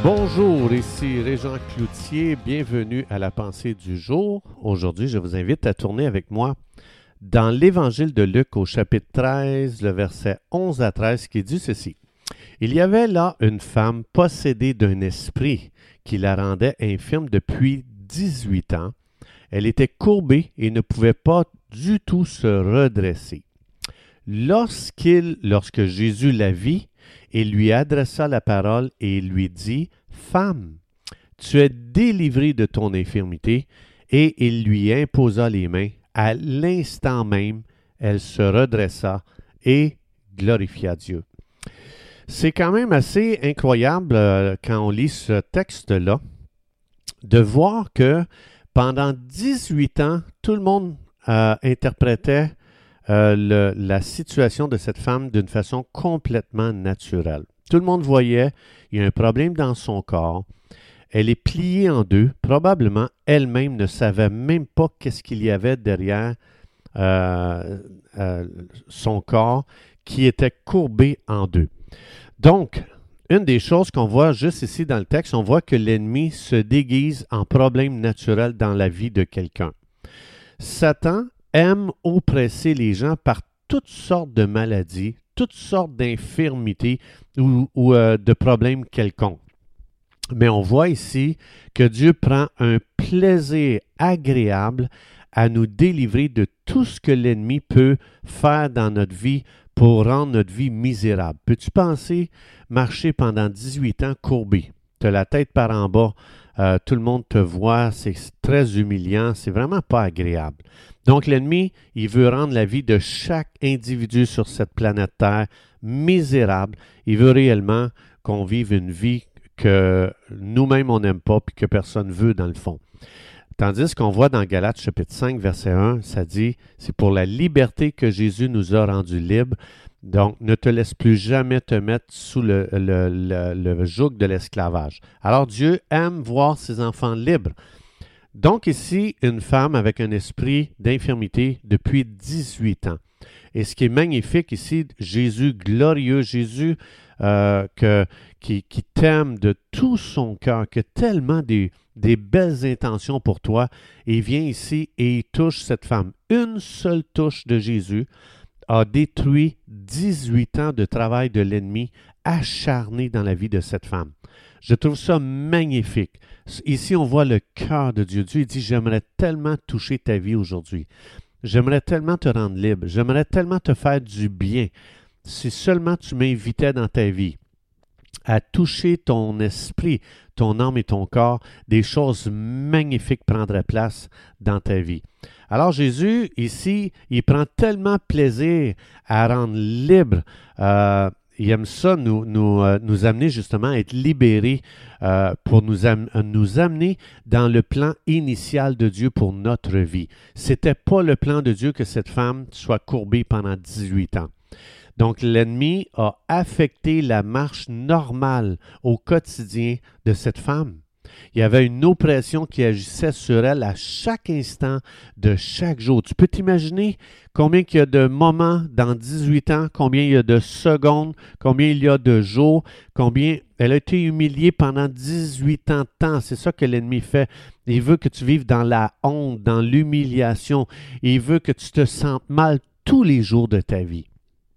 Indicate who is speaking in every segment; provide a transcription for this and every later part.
Speaker 1: Bonjour, ici Régent Cloutier, bienvenue à la pensée du jour. Aujourd'hui, je vous invite à tourner avec moi dans l'Évangile de Luc au chapitre 13, le verset 11 à 13 qui dit ceci. Il y avait là une femme possédée d'un esprit qui la rendait infirme depuis 18 ans. Elle était courbée et ne pouvait pas du tout se redresser. Lorsque Jésus la vit, il lui adressa la parole et il lui dit « Femme, tu es délivrée de ton infirmité. » Et il lui imposa les mains. À l'instant même, elle se redressa et glorifia Dieu. C'est quand même assez incroyable quand on lit ce texte-là, de voir que pendant 18 ans, tout le monde interprétait la situation de cette femme d'une façon complètement naturelle. Tout le monde voyait, il y a un problème dans son corps, elle est pliée en deux, probablement elle-même ne savait même pas qu'est-ce qu'il y avait derrière son corps qui était courbé en deux. Donc, une des choses qu'on voit juste ici dans le texte, on voit que l'ennemi se déguise en problème naturel dans la vie de quelqu'un. Satan aime oppresser les gens par toutes sortes de maladies, toutes sortes d'infirmités ou de problèmes quelconques. Mais on voit ici que Dieu prend un plaisir agréable à nous délivrer de tout ce que l'ennemi peut faire dans notre vie pour rendre notre vie misérable. Peux-tu penser marcher pendant 18 ans courbé? Tu as la tête par en bas, tout le monde te voit, c'est très humiliant, c'est vraiment pas agréable. Donc l'ennemi, il veut rendre la vie de chaque individu sur cette planète Terre misérable. Il veut réellement qu'on vive une vie que nous-mêmes on n'aime pas et que personne veut dans le fond. Tandis qu'on voit dans Galates chapitre 5, verset 1, ça dit « C'est pour la liberté que Jésus nous a rendus libres. Donc, ne te laisse plus jamais te mettre sous le joug de l'esclavage. » Alors, Dieu aime voir ses enfants libres. Donc, ici, une femme avec un esprit d'infirmité depuis 18 ans. Et ce qui est magnifique ici, Jésus glorieux, Jésus qui t'aime de tout son cœur, qui a tellement des belles intentions pour toi, il vient ici et il touche cette femme. Une seule touche de Jésus a détruit 18 ans de travail de l'ennemi acharné dans la vie de cette femme. Je trouve ça magnifique. Ici, on voit le cœur de Dieu. Dieu dit, j'aimerais tellement toucher ta vie aujourd'hui. J'aimerais tellement te rendre libre. J'aimerais tellement te faire du bien. Si seulement tu m'invitais dans ta vie à toucher ton esprit, ton âme et ton corps, des choses magnifiques prendraient place dans ta vie. Alors Jésus, ici, il prend tellement plaisir à rendre libre. Il aime ça, nous amener justement à être libérés pour nous amener dans le plan initial de Dieu pour notre vie. Ce n'était pas le plan de Dieu que cette femme soit courbée pendant 18 ans. Donc, l'ennemi a affecté la marche normale au quotidien de cette femme. Il y avait une oppression qui agissait sur elle à chaque instant de chaque jour. Tu peux t'imaginer combien il y a de moments dans 18 ans, combien il y a de secondes, combien il y a de jours, combien elle a été humiliée pendant 18 ans de temps. C'est ça que l'ennemi fait. Il veut que tu vives dans la honte, dans l'humiliation. Il veut que tu te sentes mal tous les jours de ta vie.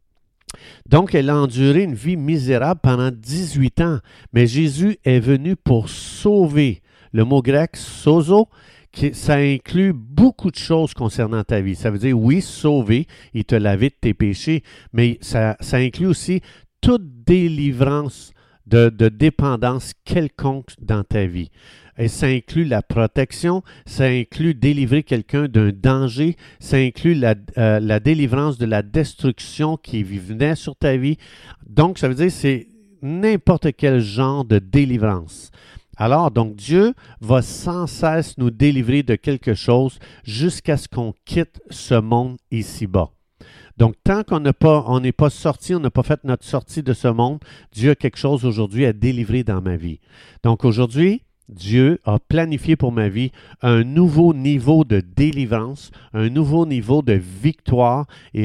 Speaker 1: Donc, elle a enduré une vie misérable pendant 18 ans. Mais Jésus est venu pour sauver. Le mot grec « sozo », ça inclut beaucoup de choses concernant ta vie. Ça veut dire, oui, sauver, il te laver de tes péchés, mais ça inclut aussi toute délivrance de dépendance quelconque dans ta vie. Et ça inclut la protection, ça inclut délivrer quelqu'un d'un danger, ça inclut la délivrance de la destruction qui venait sur ta vie. Donc, ça veut dire c'est n'importe quel genre de délivrance. Alors, donc, Dieu va sans cesse nous délivrer de quelque chose jusqu'à ce qu'on quitte ce monde ici-bas. Donc, tant qu'on n'est pas sorti, on n'a pas fait notre sortie de ce monde, Dieu a quelque chose aujourd'hui à délivrer dans ma vie. Donc, aujourd'hui, Dieu a planifié pour ma vie un nouveau niveau de délivrance, un nouveau niveau de victoire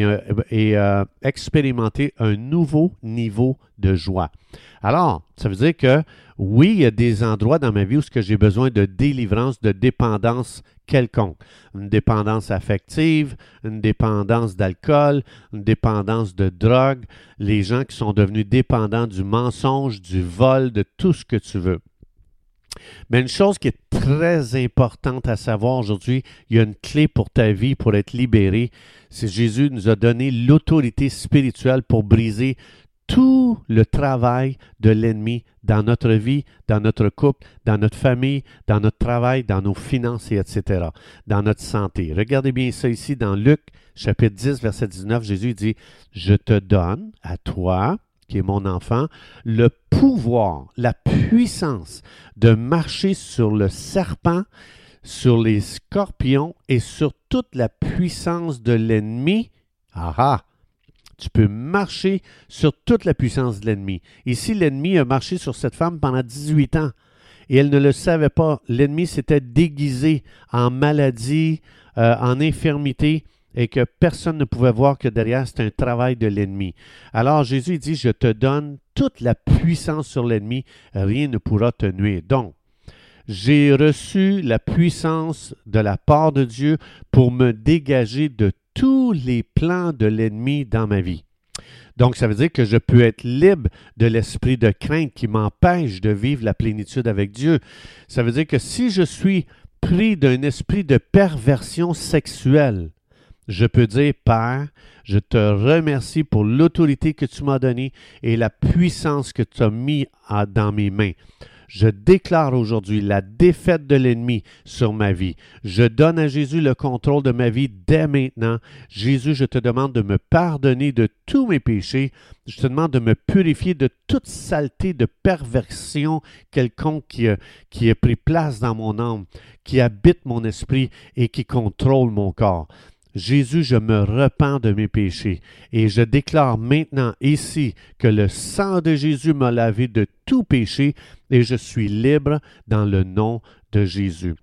Speaker 1: et expérimenter un nouveau niveau de joie. Alors, ça veut dire que oui, il y a des endroits dans ma vie où j'ai besoin de délivrance, de dépendance quelconque. Une dépendance affective, une dépendance d'alcool, une dépendance de drogue, les gens qui sont devenus dépendants du mensonge, du vol, de tout ce que tu veux. Mais une chose qui est très importante à savoir aujourd'hui, il y a une clé pour ta vie, pour être libéré, c'est que Jésus nous a donné l'autorité spirituelle pour briser tout le travail de l'ennemi dans notre vie, dans notre couple, dans notre famille, dans notre travail, dans nos finances, etc., dans notre santé. Regardez bien ça ici dans Luc, chapitre 10, verset 19. Jésus dit, « Je te donne à toi, qui est mon enfant, le pouvoir, la puissance de marcher sur le serpent, sur les scorpions et sur toute la puissance de l'ennemi. » Ah ah! Tu peux marcher sur toute la puissance de l'ennemi. Ici, l'ennemi a marché sur cette femme pendant 18 ans et elle ne le savait pas. L'ennemi s'était déguisé en maladie, en infirmité et que personne ne pouvait voir que derrière, c'était un travail de l'ennemi. Alors Jésus dit, je te donne toute la puissance sur l'ennemi, rien ne pourra te nuire. Donc, j'ai reçu la puissance de la part de Dieu pour me dégager de tous les plans de l'ennemi dans ma vie. Donc, ça veut dire que je peux être libre de l'esprit de crainte qui m'empêche de vivre la plénitude avec Dieu. Ça veut dire que si je suis pris d'un esprit de perversion sexuelle, je peux dire, Père, je te remercie pour l'autorité que tu m'as donnée et la puissance que tu as mis dans mes mains. Je déclare aujourd'hui la défaite de l'ennemi sur ma vie. Je donne à Jésus le contrôle de ma vie dès maintenant. Jésus, je te demande de me pardonner de tous mes péchés. Je te demande de me purifier de toute saleté de perversion quelconque qui a pris place dans mon âme, qui habite mon esprit et qui contrôle mon corps. Jésus, je me repens de mes péchés et je déclare maintenant ici que le sang de Jésus m'a lavé de tout péché et je suis libre dans le nom de Jésus.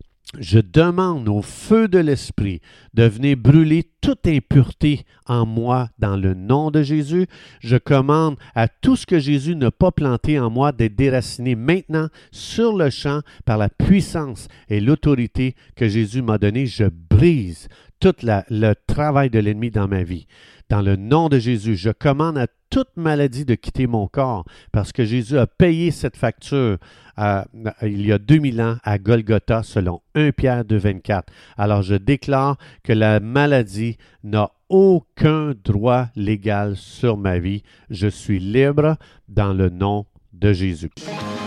Speaker 1: Je demande au feu de l'Esprit de venir brûler toute impureté en moi dans le nom de Jésus. Je commande à tout ce que Jésus n'a pas planté en moi d'être déraciné maintenant sur le champ par la puissance et l'autorité que Jésus m'a donnée. Je brise tout le travail de l'ennemi dans ma vie. Dans le nom de Jésus, je commande à toute maladie de quitter mon corps parce que Jésus a payé cette facture il y a 2000 ans à Golgotha selon 1 Pierre 2, 24. Alors je déclare que la maladie n'a aucun droit légal sur ma vie. Je suis libre dans le nom de Jésus.